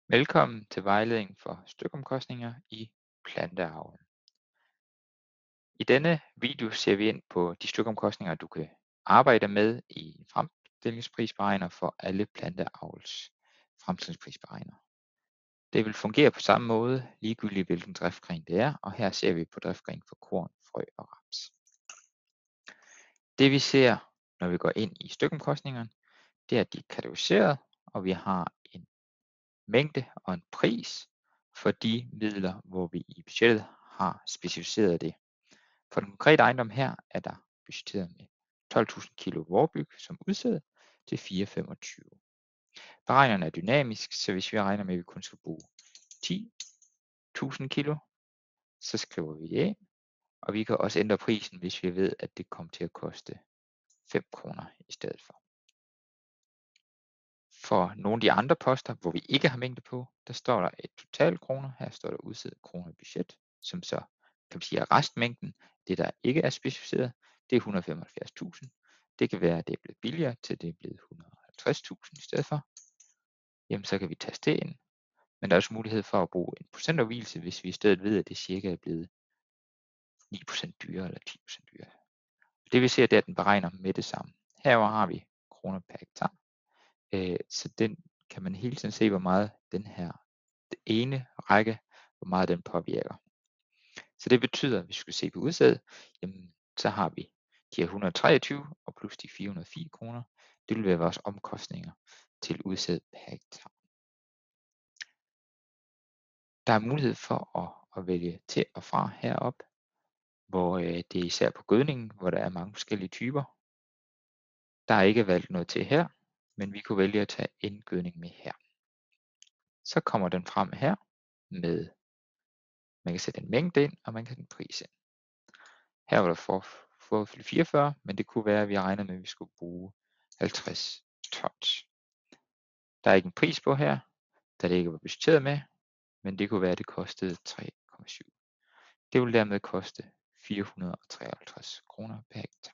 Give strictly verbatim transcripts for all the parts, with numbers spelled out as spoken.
Velkommen til vejledning for støkomkostninger i planteavl. I denne video ser vi ind på de støkomkostninger, du kan arbejde med i en fremstillingsprisberegner for alle planteavls fremstillingsprisberegner. Det vil fungere på samme måde, ligegyldigt hvilken driftgren det er, og her ser vi på driftgren for korn, frø og raps. Det vi ser, når vi går ind i støkomkostningerne, det er, at de er kategoriseret, og vi har en mængde og en pris for de midler, hvor vi i budgettet har specificeret det. For den konkrete ejendom her er der budgetteret med tolv tusind kilo vorbyg som udsæd til fire komma femogtyve. Beregneren er dynamisk, så hvis vi regner med, at vi kun skal bruge ti tusind kilo, så skriver vi det ind, og vi kan også ændre prisen, hvis vi ved, at det kommer til at koste fem kroner i stedet for. For nogle af de andre poster, hvor vi ikke har mængde på, der står der et total kroner. Her står der udsæd kroner budget, som så kan man sige er restmængden. Det der ikke er specificeret, det er et hundrede og femoghalvfjerds tusind. Det kan være, at det er blevet billigere, til det er blevet et hundrede og halvtreds tusind i stedet for. Jamen så kan vi taste det ind. Men der er også mulighed for at bruge en procentafvigelse, hvis vi i stedet ved, at det cirka er blevet ni procent dyrere eller ti procent dyrere. Det vi ser, det er, at den beregner med det samme. Herover har vi kroner per hektar. Øh, så den kan man hele tiden se, hvor meget den her den ene række, hvor meget den påvirker. Så det betyder, at hvis vi skal se på udsæd, jamen, så har vi de her et hundrede og treogtyve og plus de fire hundrede og fire kroner. Det vil være vores omkostninger til udsæd per hektar. Der er mulighed for at, at vælge til og fra herop, hvor øh, det er især på gødningen, hvor der er mange forskellige typer. Der er ikke valgt noget til her, men vi kunne vælge at tage indgødning med her. Så kommer den frem her med, man kan sætte en mængde ind, og man kan sætte en pris ind. Her var der for, for fireogfyrre, men det kunne være, at vi regner med, at vi skulle bruge halvtreds tons. Der er ikke en pris på her, da det ikke var budgetteret med, men det kunne være, at det kostede tre komma syv. Det vil dermed koste fire hundrede og treoghalvtreds kroner per hektar.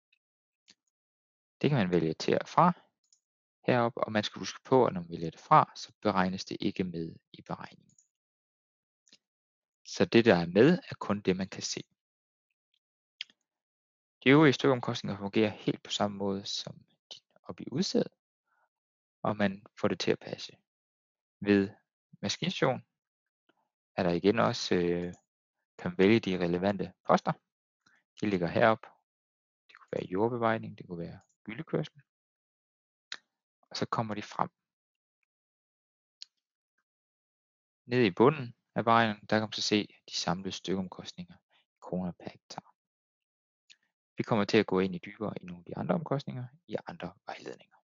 Det kan man vælge til og fra heroppe, og man skal huske på, at når man vælger det fra, så beregnes det ikke med i beregningen. Så det der er med, er kun det man kan se. De øvrige støtteomkostninger fungerer helt på samme måde som oppe i udsæd, og man får det til at passe. Ved maskinstation er der igen også, øh, kan man vælge de relevante poster. De ligger heroppe. Det kunne være jordbevejning, det kunne være gyldekørsel. Og så kommer de frem. Nede i bunden af beregningen, der kan man så se de samlede stykkeomkostninger i kroner per hektar. Vi kommer til at gå ind i dybere i nogle af de andre omkostninger i andre vejledninger.